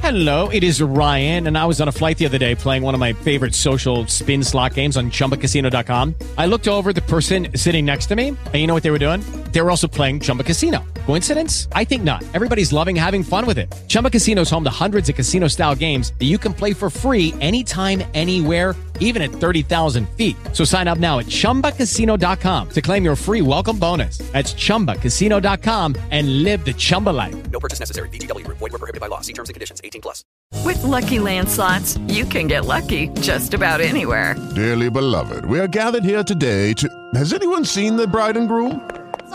Hello, it is Ryan, and I was on a flight the other day playing one of my favorite social spin slot games on ChumbaCasino.com. I looked over at the person sitting next to me, and you know what they were doing? They were also playing Chumba Casino. Coincidence? I think not. Everybody's loving having fun with it. Chumba Casino is home to hundreds of casino-style games that you can play for free anytime, anywhere, even at 30,000 feet. So sign up now at ChumbaCasino.com to claim your free welcome bonus. That's ChumbaCasino.com and live the Chumba life. No purchase necessary. VGW Group. Void where prohibited by law. See terms and conditions. 18+. With Lucky Land Slots, you can get lucky just about anywhere. Dearly beloved, we are gathered here today to... Has anyone seen the bride and groom?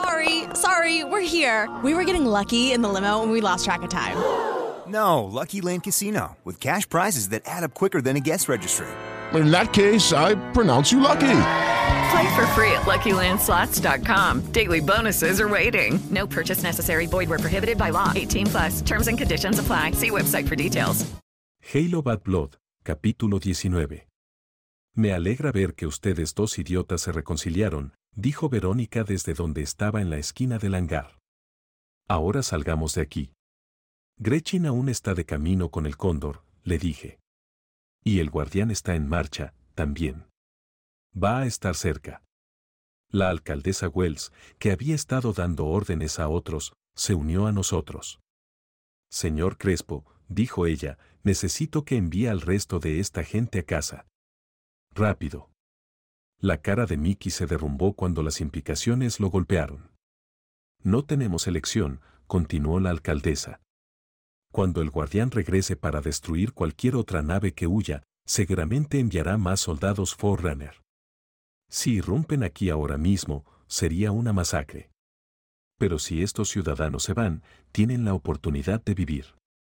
Sorry, we're here. We were getting lucky in the limo and we lost track of time. No, Lucky Land Casino, with cash prizes that add up quicker than a guest registry. In that case, I pronounce you lucky. Play for free at LuckyLandSlots.com. Daily bonuses are waiting. No purchase necessary. Void where prohibited by law. 18+. Terms and conditions apply. See website for details. Halo Bad Blood, capítulo 19. Me alegra ver que ustedes dos idiotas se reconciliaron, dijo Verónica desde donde estaba en la esquina del hangar. Ahora salgamos de aquí. Gretchen aún está de camino con el cóndor, le dije. Y el guardián está en marcha, también. Va a estar cerca. La alcaldesa Wells, que había estado dando órdenes a otros, se unió a nosotros. Señor Crespo, dijo ella, necesito que envíe al resto de esta gente a casa. Rápido. La cara de Mickey se derrumbó cuando las implicaciones lo golpearon. No tenemos elección, continuó la alcaldesa. Cuando el guardián regrese para destruir cualquier otra nave que huya, seguramente enviará más soldados Forerunner. Si irrumpen aquí ahora mismo, sería una masacre. Pero si estos ciudadanos se van, tienen la oportunidad de vivir.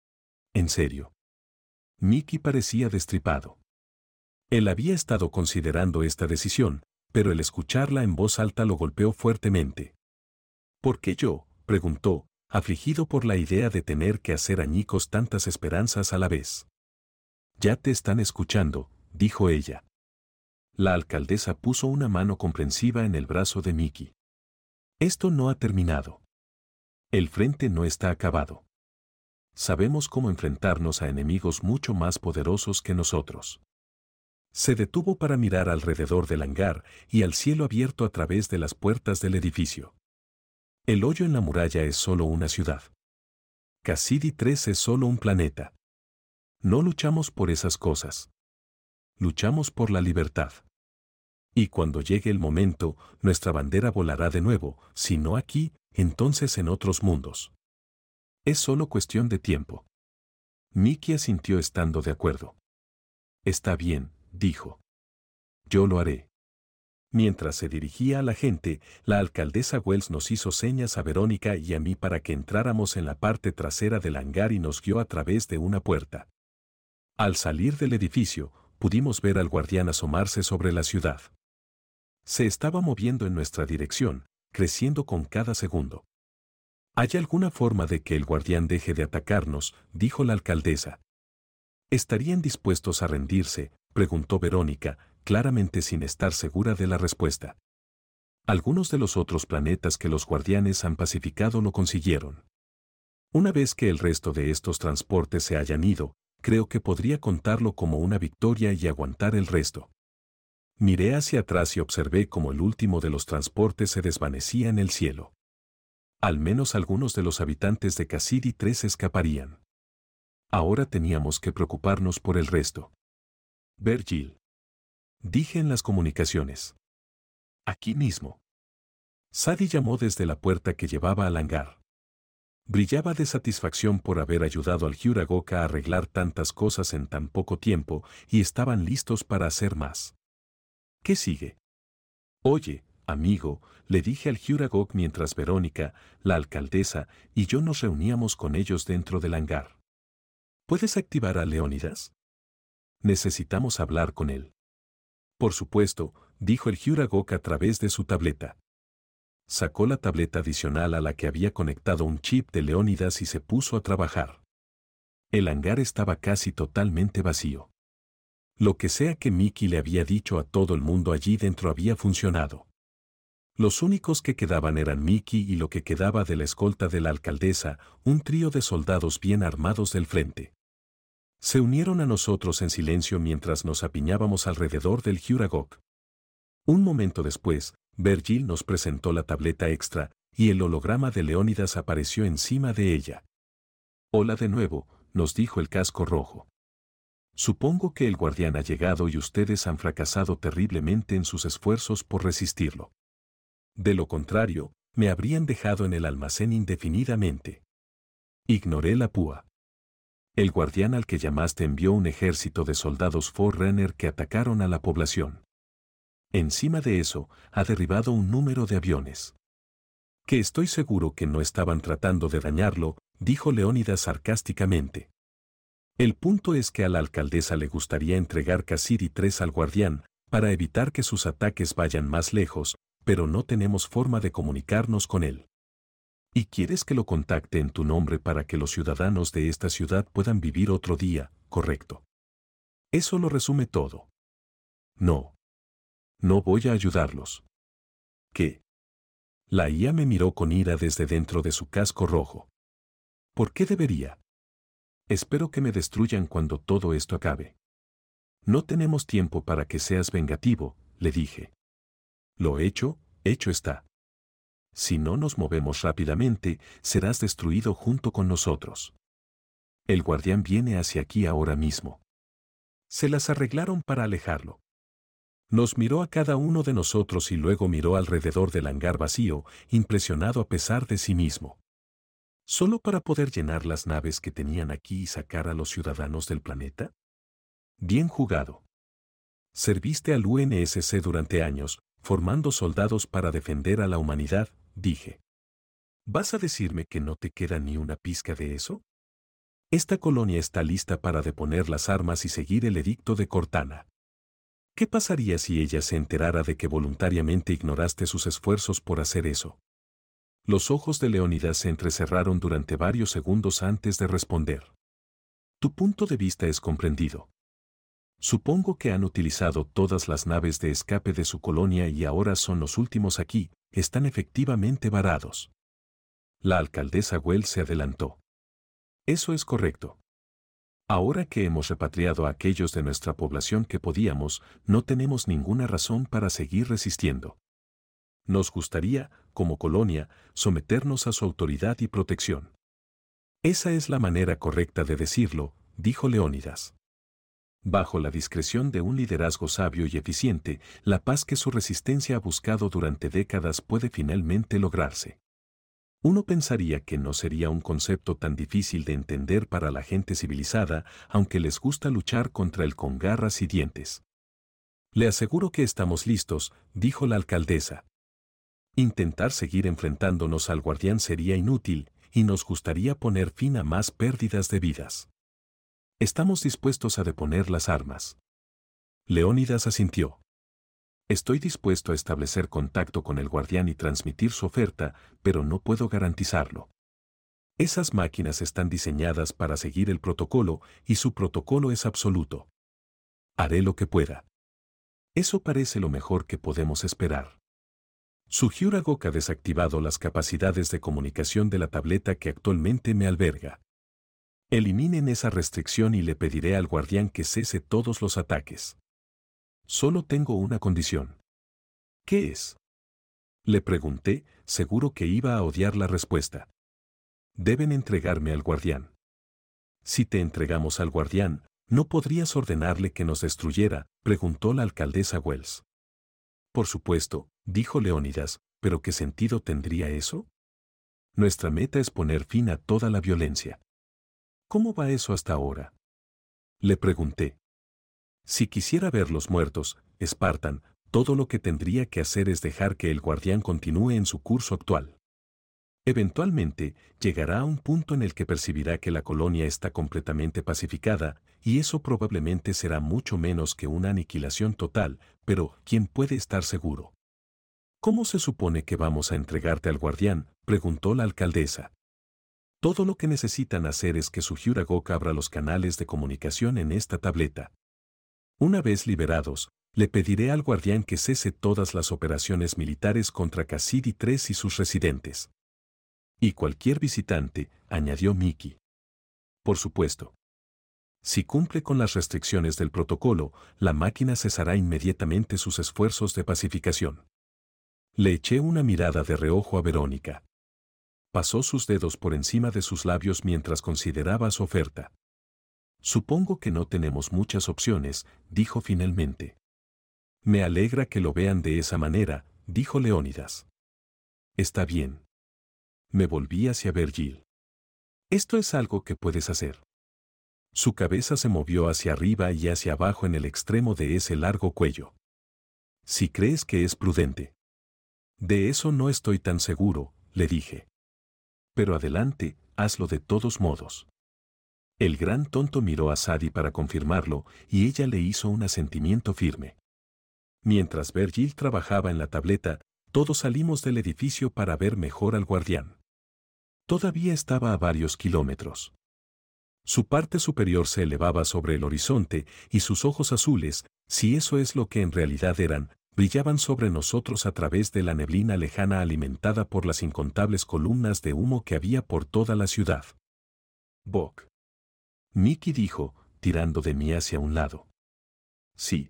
En serio. Mickey parecía destripado. Él había estado considerando esta decisión, pero el escucharla en voz alta lo golpeó fuertemente. ¿Por qué yo?, preguntó, afligido por la idea de tener que hacer añicos tantas esperanzas a la vez. Ya te están escuchando, dijo ella. La alcaldesa puso una mano comprensiva en el brazo de Mickey. Esto no ha terminado. El frente no está acabado. Sabemos cómo enfrentarnos a enemigos mucho más poderosos que nosotros. Se detuvo para mirar alrededor del hangar y al cielo abierto a través de las puertas del edificio. El hoyo en la muralla es solo una ciudad. Cassidy 3 es solo un planeta. No luchamos por esas cosas. Luchamos por la libertad. Y cuando llegue el momento, nuestra bandera volará de nuevo, si no aquí, entonces en otros mundos. Es solo cuestión de tiempo. Mickey asintió estando de acuerdo. Está bien, dijo. Yo lo haré. Mientras se dirigía a la gente, la alcaldesa Wells nos hizo señas a Verónica y a mí para que entráramos en la parte trasera del hangar y nos guió a través de una puerta. Al salir del edificio, pudimos ver al guardián asomarse sobre la ciudad. Se estaba moviendo en nuestra dirección, creciendo con cada segundo. ¿Hay alguna forma de que el guardián deje de atacarnos?, dijo la alcaldesa. ¿Estarían dispuestos a rendirse?, preguntó Verónica, claramente sin estar segura de la respuesta. Algunos de los otros planetas que los guardianes han pacificado lo consiguieron. Una vez que el resto de estos transportes se hayan ido, creo que podría contarlo como una victoria y aguantar el resto. Miré hacia atrás y observé cómo el último de los transportes se desvanecía en el cielo. Al menos algunos de los habitantes de Cassidy 3 escaparían. Ahora teníamos que preocuparnos por el resto. Virgil. Dije en las comunicaciones. Aquí mismo. Sadie llamó desde la puerta que llevaba al hangar. Brillaba de satisfacción por haber ayudado al Huragok a arreglar tantas cosas en tan poco tiempo y estaban listos para hacer más. ¿Qué sigue? Oye, amigo, le dije al Huragok mientras Verónica, la alcaldesa, y yo nos reuníamos con ellos dentro del hangar. ¿Puedes activar a Leónidas? Necesitamos hablar con él. Por supuesto, dijo el Huragok a través de su tableta. Sacó la tableta adicional a la que había conectado un chip de Leónidas y se puso a trabajar. El hangar estaba casi totalmente vacío. Lo que sea que Mickey le había dicho a todo el mundo allí dentro había funcionado. Los únicos que quedaban eran Mickey y lo que quedaba de la escolta de la alcaldesa, un trío de soldados bien armados del frente. Se unieron a nosotros en silencio mientras nos apiñábamos alrededor del Hyuragok. Un momento después, Virgil nos presentó la tableta extra y el holograma de Leónidas apareció encima de ella. Hola de nuevo, nos dijo el casco rojo. Supongo que el guardián ha llegado y ustedes han fracasado terriblemente en sus esfuerzos por resistirlo. De lo contrario, me habrían dejado en el almacén indefinidamente. Ignoré la púa. El guardián al que llamaste envió un ejército de soldados Forerunner que atacaron a la población. Encima de eso, ha derribado un número de aviones. Que estoy seguro que no estaban tratando de dañarlo, dijo Leónidas sarcásticamente. El punto es que a la alcaldesa le gustaría entregar Cassidy 3 al guardián, para evitar que sus ataques vayan más lejos, pero no tenemos forma de comunicarnos con él. ¿Y quieres que lo contacte en tu nombre para que los ciudadanos de esta ciudad puedan vivir otro día, correcto? Eso lo resume todo. No. No voy a ayudarlos. ¿Qué? La IA me miró con ira desde dentro de su casco rojo. ¿Por qué debería? Espero que me destruyan cuando todo esto acabe. No tenemos tiempo para que seas vengativo, le dije. Lo hecho está. Si no nos movemos rápidamente, serás destruido junto con nosotros. El guardián viene hacia aquí ahora mismo. Se las arreglaron para alejarlo. Nos miró a cada uno de nosotros y luego miró alrededor del hangar vacío, impresionado a pesar de sí mismo. ¿Solo para poder llenar las naves que tenían aquí y sacar a los ciudadanos del planeta? Bien jugado. Serviste al UNSC durante años, formando soldados para defender a la humanidad, dije. ¿Vas a decirme que no te queda ni una pizca de eso? Esta colonia está lista para deponer las armas y seguir el edicto de Cortana. ¿Qué pasaría si ella se enterara de que voluntariamente ignoraste sus esfuerzos por hacer eso? Los ojos de Leónidas se entrecerraron durante varios segundos antes de responder. Tu punto de vista es comprendido. Supongo que han utilizado todas las naves de escape de su colonia y ahora son los últimos aquí, están efectivamente varados. La alcaldesa Wells se adelantó. Eso es correcto. Ahora que hemos repatriado a aquellos de nuestra población que podíamos, no tenemos ninguna razón para seguir resistiendo. Nos gustaría, como colonia, someternos a su autoridad y protección. Esa es la manera correcta de decirlo, dijo Leónidas. Bajo la discreción de un liderazgo sabio y eficiente, la paz que su resistencia ha buscado durante décadas puede finalmente lograrse. Uno pensaría que no sería un concepto tan difícil de entender para la gente civilizada, aunque les gusta luchar contra él con garras y dientes. Le aseguro que estamos listos, dijo la alcaldesa. Intentar seguir enfrentándonos al guardián sería inútil, y nos gustaría poner fin a más pérdidas de vidas. Estamos dispuestos a deponer las armas. Leónidas asintió. Estoy dispuesto a establecer contacto con el guardián y transmitir su oferta, pero no puedo garantizarlo. Esas máquinas están diseñadas para seguir el protocolo y su protocolo es absoluto. Haré lo que pueda. Eso parece lo mejor que podemos esperar. Su Hyuragok ha desactivado las capacidades de comunicación de la tableta que actualmente me alberga. Eliminen esa restricción y le pediré al guardián que cese todos los ataques. Solo tengo una condición. ¿Qué es? Le pregunté, seguro que iba a odiar la respuesta. Deben entregarme al guardián. Si te entregamos al guardián, ¿no podrías ordenarle que nos destruyera?, preguntó la alcaldesa Wells. Por supuesto, dijo Leónidas, ¿pero qué sentido tendría eso? Nuestra meta es poner fin a toda la violencia. ¿Cómo va eso hasta ahora? Le pregunté. Si quisiera verlos muertos, Spartan, todo lo que tendría que hacer es dejar que el guardián continúe en su curso actual. Eventualmente, llegará a un punto en el que percibirá que la colonia está completamente pacificada, y eso probablemente será mucho menos que una aniquilación total, pero ¿quién puede estar seguro? ¿Cómo se supone que vamos a entregarte al guardián?, preguntó la alcaldesa. Todo lo que necesitan hacer es que su Hyuragok abra los canales de comunicación en esta tableta. Una vez liberados, le pediré al guardián que cese todas las operaciones militares contra Cassidy 3 y sus residentes. Y cualquier visitante, añadió Mickey. Por supuesto. Si cumple con las restricciones del protocolo, la máquina cesará inmediatamente sus esfuerzos de pacificación. Le eché una mirada de reojo a Verónica. Pasó sus dedos por encima de sus labios mientras consideraba su oferta. Supongo que no tenemos muchas opciones, dijo finalmente. Me alegra que lo vean de esa manera, dijo Leónidas. Está bien. Me volví hacia Virgil. Esto es algo que puedes hacer. Su cabeza se movió hacia arriba y hacia abajo en el extremo de ese largo cuello. Si crees que es prudente. De eso no estoy tan seguro, le dije. Pero adelante, hazlo de todos modos. El gran tonto miró a Sadie para confirmarlo y ella le hizo un asentimiento firme. Mientras Virgil trabajaba en la tableta, todos salimos del edificio para ver mejor al guardián. Todavía estaba a varios kilómetros. Su parte superior se elevaba sobre el horizonte y sus ojos azules, si eso es lo que en realidad eran, brillaban sobre nosotros a través de la neblina lejana alimentada por las incontables columnas de humo que había por toda la ciudad. Bok. Mickey dijo, tirando de mí hacia un lado. Sí.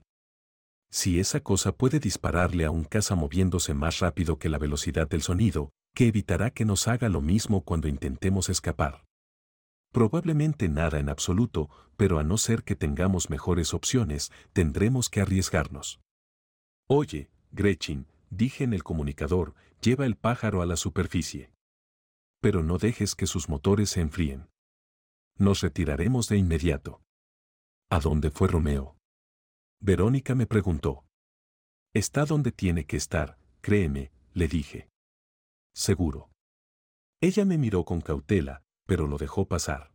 Si esa cosa puede dispararle a un caza moviéndose más rápido que la velocidad del sonido, ¿qué evitará que nos haga lo mismo cuando intentemos escapar? Probablemente nada en absoluto, pero a no ser que tengamos mejores opciones, tendremos que arriesgarnos. Oye, Gretchen, dije en el comunicador, lleva el pájaro a la superficie. Pero no dejes que sus motores se enfríen. Nos retiraremos de inmediato. ¿A dónde fue Romeo? Verónica me preguntó. Está donde tiene que estar, créeme, le dije. Seguro. Ella me miró con cautela, pero lo dejó pasar.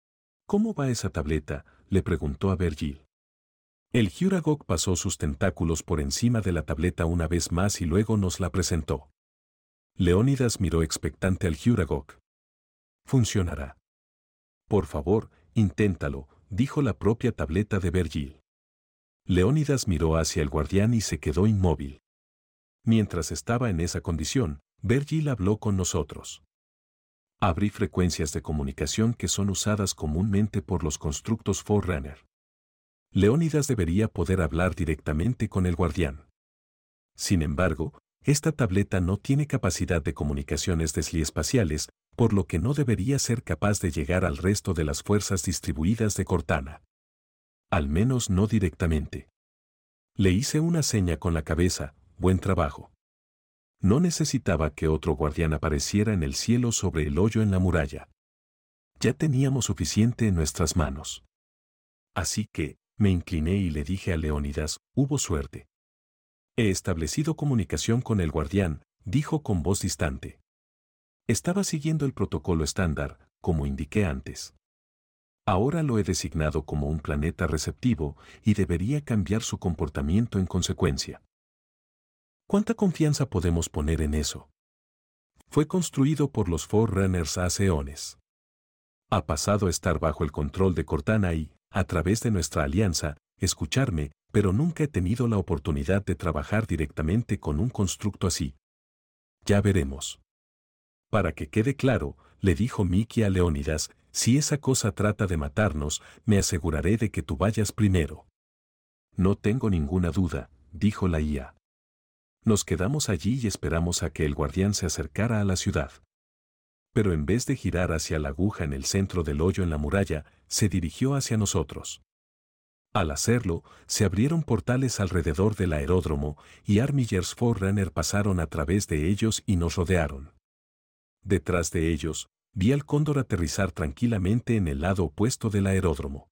¿Cómo va esa tableta?, le preguntó a Virgil. El Huragog pasó sus tentáculos por encima de la tableta una vez más y luego nos la presentó. Leónidas miró expectante al Huragog. Funcionará. Por favor, inténtalo, dijo la propia tableta de Virgil. Leónidas miró hacia el guardián y se quedó inmóvil. Mientras estaba en esa condición, Virgil habló con nosotros. Abrí frecuencias de comunicación que son usadas comúnmente por los constructos Forerunner. Leónidas debería poder hablar directamente con el guardián. Sin embargo, esta tableta no tiene capacidad de comunicaciones desliespaciales, por lo que no debería ser capaz de llegar al resto de las fuerzas distribuidas de Cortana. Al menos no directamente. Le hice una seña con la cabeza, buen trabajo. No necesitaba que otro guardián apareciera en el cielo sobre el hoyo en la muralla. Ya teníamos suficiente en nuestras manos. Así que, me incliné y le dije a Leónidas, hubo suerte. He establecido comunicación con el guardián, dijo con voz distante. Estaba siguiendo el protocolo estándar, como indiqué antes. Ahora lo he designado como un planeta receptivo y debería cambiar su comportamiento en consecuencia. ¿Cuánta confianza podemos poner en eso? Fue construido por los Forerunners hace eones. Ha pasado a estar bajo el control de Cortana y, a través de nuestra alianza, escucharme, pero nunca he tenido la oportunidad de trabajar directamente con un constructo así. Ya veremos. Para que quede claro, le dijo Mickey a Leónidas, si esa cosa trata de matarnos, me aseguraré de que tú vayas primero. No tengo ninguna duda, dijo la IA. Nos quedamos allí y esperamos a que el guardián se acercara a la ciudad. Pero en vez de girar hacia la aguja en el centro del hoyo en la muralla, se dirigió hacia nosotros. Al hacerlo, se abrieron portales alrededor del aeródromo y Armigers Forerunner pasaron a través de ellos y nos rodearon. Detrás de ellos, vi al cóndor aterrizar tranquilamente en el lado opuesto del aeródromo.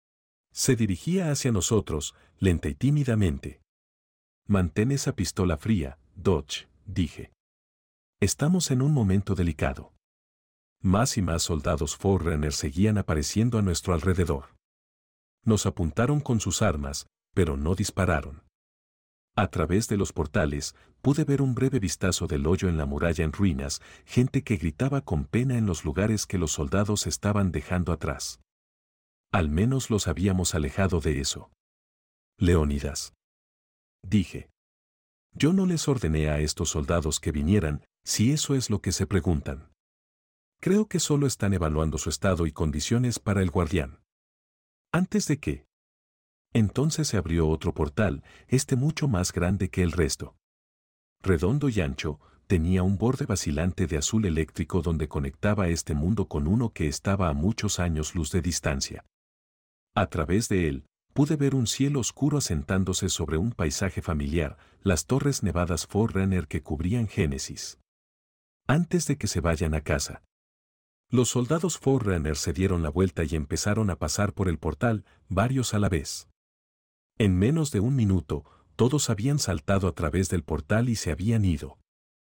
Se dirigía hacia nosotros, lenta y tímidamente. Mantén esa pistola fría, Dodge, dije. Estamos en un momento delicado. Más y más soldados Forerunner seguían apareciendo a nuestro alrededor. Nos apuntaron con sus armas, pero no dispararon. A través de los portales, pude ver un breve vistazo del hoyo en la muralla en ruinas, gente que gritaba con pena en los lugares que los soldados estaban dejando atrás. Al menos los habíamos alejado de eso. Leónidas. Dije. Yo no les ordené a estos soldados que vinieran, si eso es lo que se preguntan. Creo que solo están evaluando su estado y condiciones para el guardián. Antes de que. Entonces se abrió otro portal, mucho más grande que el resto. Redondo y ancho, tenía un borde vacilante de azul eléctrico donde conectaba este mundo con uno que estaba a muchos años luz de distancia. A través de él, pude ver un cielo oscuro asentándose sobre un paisaje familiar, las torres nevadas Forerunner que cubrían Génesis. Antes de que se vayan a casa. Los soldados Forerunner se dieron la vuelta y empezaron a pasar por el portal, varios a la vez. En menos de un minuto, todos habían saltado a través del portal y se habían ido.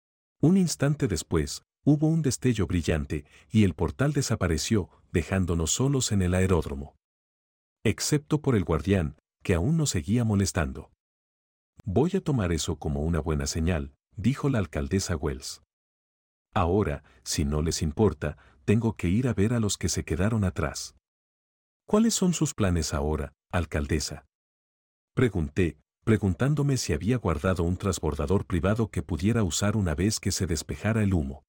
Un instante después, hubo un destello brillante y el portal desapareció, dejándonos solos en el aeródromo. Excepto por el guardián, que aún nos seguía molestando. Voy a tomar eso como una buena señal, dijo la alcaldesa Wells. Ahora, si no les importa, tengo que ir a ver a los que se quedaron atrás. ¿Cuáles son sus planes ahora, alcaldesa? Pregunté, preguntándome si había guardado un transbordador privado que pudiera usar una vez que se despejara el humo.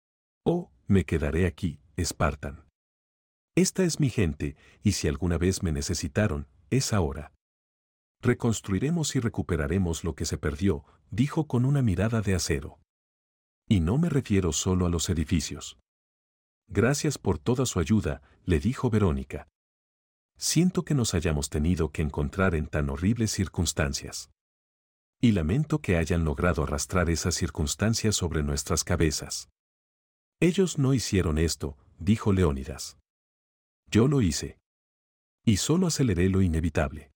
Oh, me quedaré aquí, Spartan. Esta es mi gente, y si alguna vez me necesitaron, es ahora. Reconstruiremos y recuperaremos lo que se perdió, dijo con una mirada de acero. Y no me refiero solo a los edificios. Gracias por toda su ayuda, le dijo Verónica. Siento que nos hayamos tenido que encontrar en tan horribles circunstancias. Y lamento que hayan logrado arrastrar esas circunstancias sobre nuestras cabezas. Ellos no hicieron esto, dijo Leónidas. Yo lo hice. Y solo aceleré lo inevitable.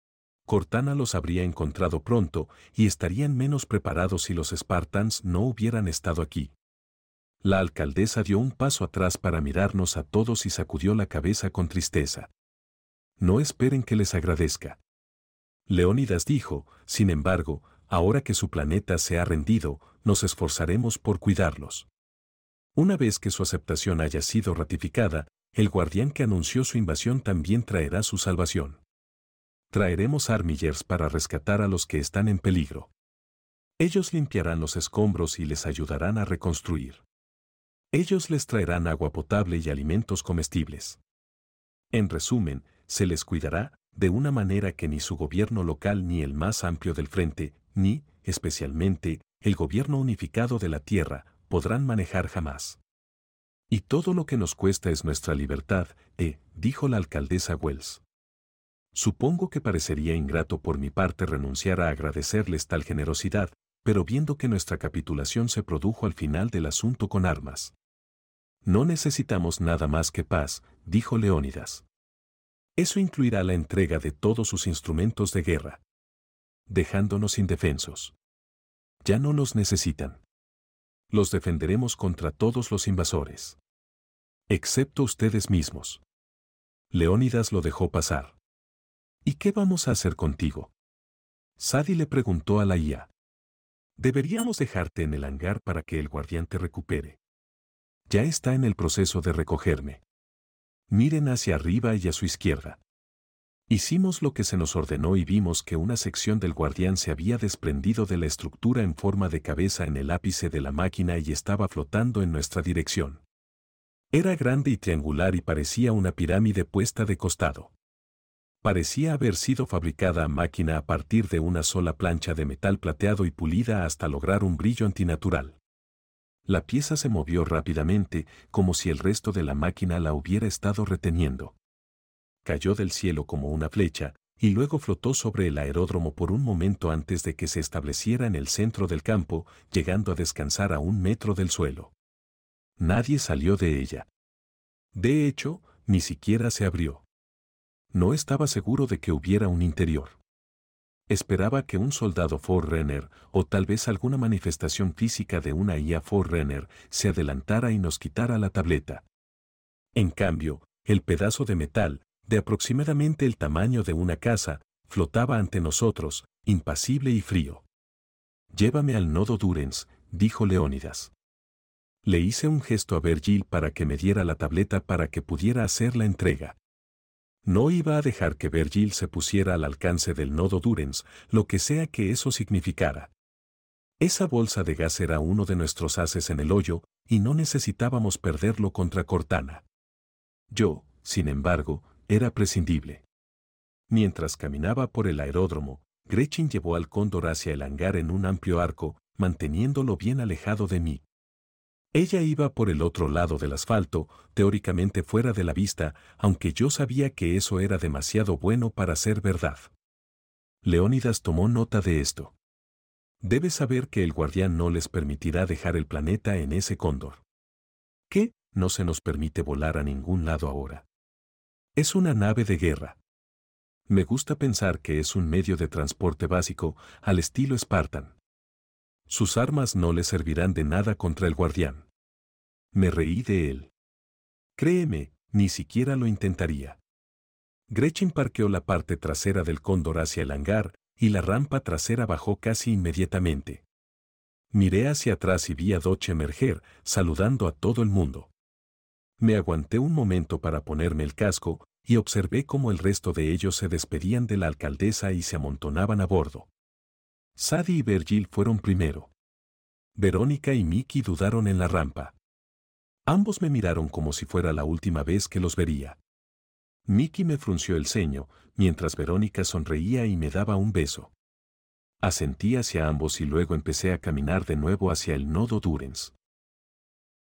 Cortana los habría encontrado pronto y estarían menos preparados si los Spartans no hubieran estado aquí. La alcaldesa dio un paso atrás para mirarnos a todos y sacudió la cabeza con tristeza. No esperen que les agradezca. Leónidas dijo, sin embargo, ahora que su planeta se ha rendido, nos esforzaremos por cuidarlos. Una vez que su aceptación haya sido ratificada, el guardián que anunció su invasión también traerá su salvación. Traeremos armillers para rescatar a los que están en peligro. Ellos limpiarán los escombros y les ayudarán a reconstruir. Ellos les traerán agua potable y alimentos comestibles. En resumen, se les cuidará, de una manera que ni su gobierno local ni el más amplio del frente, ni, especialmente, el gobierno unificado de la Tierra, podrán manejar jamás. Y todo lo que nos cuesta es nuestra libertad, dijo la alcaldesa Wells. Supongo que parecería ingrato por mi parte renunciar a agradecerles tal generosidad, pero viendo que nuestra capitulación se produjo al final del asunto con armas. No necesitamos nada más que paz, dijo Leónidas. Eso incluirá la entrega de todos sus instrumentos de guerra. Dejándonos indefensos. Ya no los necesitan. Los defenderemos contra todos los invasores. Excepto ustedes mismos. Leónidas lo dejó pasar. ¿Y qué vamos a hacer contigo? Sadie le preguntó a la IA. Deberíamos dejarte en el hangar para que el guardián te recupere. Ya está en el proceso de recogerme. Miren hacia arriba y a su izquierda. Hicimos lo que se nos ordenó y vimos que una sección del guardián se había desprendido de la estructura en forma de cabeza en el ápice de la máquina y estaba flotando en nuestra dirección. Era grande y triangular y parecía una pirámide puesta de costado. Parecía haber sido fabricada a máquina a partir de una sola plancha de metal plateado y pulida hasta lograr un brillo antinatural. La pieza se movió rápidamente, como si el resto de la máquina la hubiera estado reteniendo. Cayó del cielo como una flecha, y luego flotó sobre el aeródromo por un momento antes de que se estableciera en el centro del campo, llegando a descansar a 1 metro del suelo. Nadie salió de ella. De hecho, ni siquiera se abrió. No estaba seguro de que hubiera un interior. Esperaba que un soldado Forerunner, o tal vez alguna manifestación física de una IA Forerunner, se adelantara y nos quitara la tableta. En cambio, el pedazo de metal, de aproximadamente el tamaño de una casa, flotaba ante nosotros, impasible y frío. «Llévame al nodo Durance», dijo Leónidas. Le hice un gesto a Virgil para que me diera la tableta para que pudiera hacer la entrega. No iba a dejar que Virgil se pusiera al alcance del nodo Durance, lo que sea que eso significara. Esa bolsa de gas era uno de nuestros ases en el hoyo, y no necesitábamos perderlo contra Cortana. Yo, sin embargo, era prescindible. Mientras caminaba por el aeródromo, Gretchen llevó al cóndor hacia el hangar en un amplio arco, manteniéndolo bien alejado de mí. Ella iba por el otro lado del asfalto, teóricamente fuera de la vista, aunque yo sabía que eso era demasiado bueno para ser verdad. Leónidas tomó nota de esto. Debes saber que el guardián no les permitirá dejar el planeta en ese cóndor. ¿Qué? No se nos permite volar a ningún lado ahora. Es una nave de guerra. Me gusta pensar que es un medio de transporte básico, al estilo Spartan. Sus armas no le servirán de nada contra el guardián. Me reí de él. Créeme, ni siquiera lo intentaría. Gretchen parqueó la parte trasera del cóndor hacia el hangar, y la rampa trasera bajó casi inmediatamente. Miré hacia atrás y vi a Dodge emerger, saludando a todo el mundo. Me aguanté un momento para ponerme el casco, y observé cómo el resto de ellos se despedían de la alcaldesa y se amontonaban a bordo. Sadie y Virgil fueron primero. Verónica y Mickey dudaron en la rampa. Ambos me miraron como si fuera la última vez que los vería. Mickey me frunció el ceño, mientras Verónica sonreía y me daba un beso. Asentí hacia ambos y luego empecé a caminar de nuevo hacia el nodo Durance.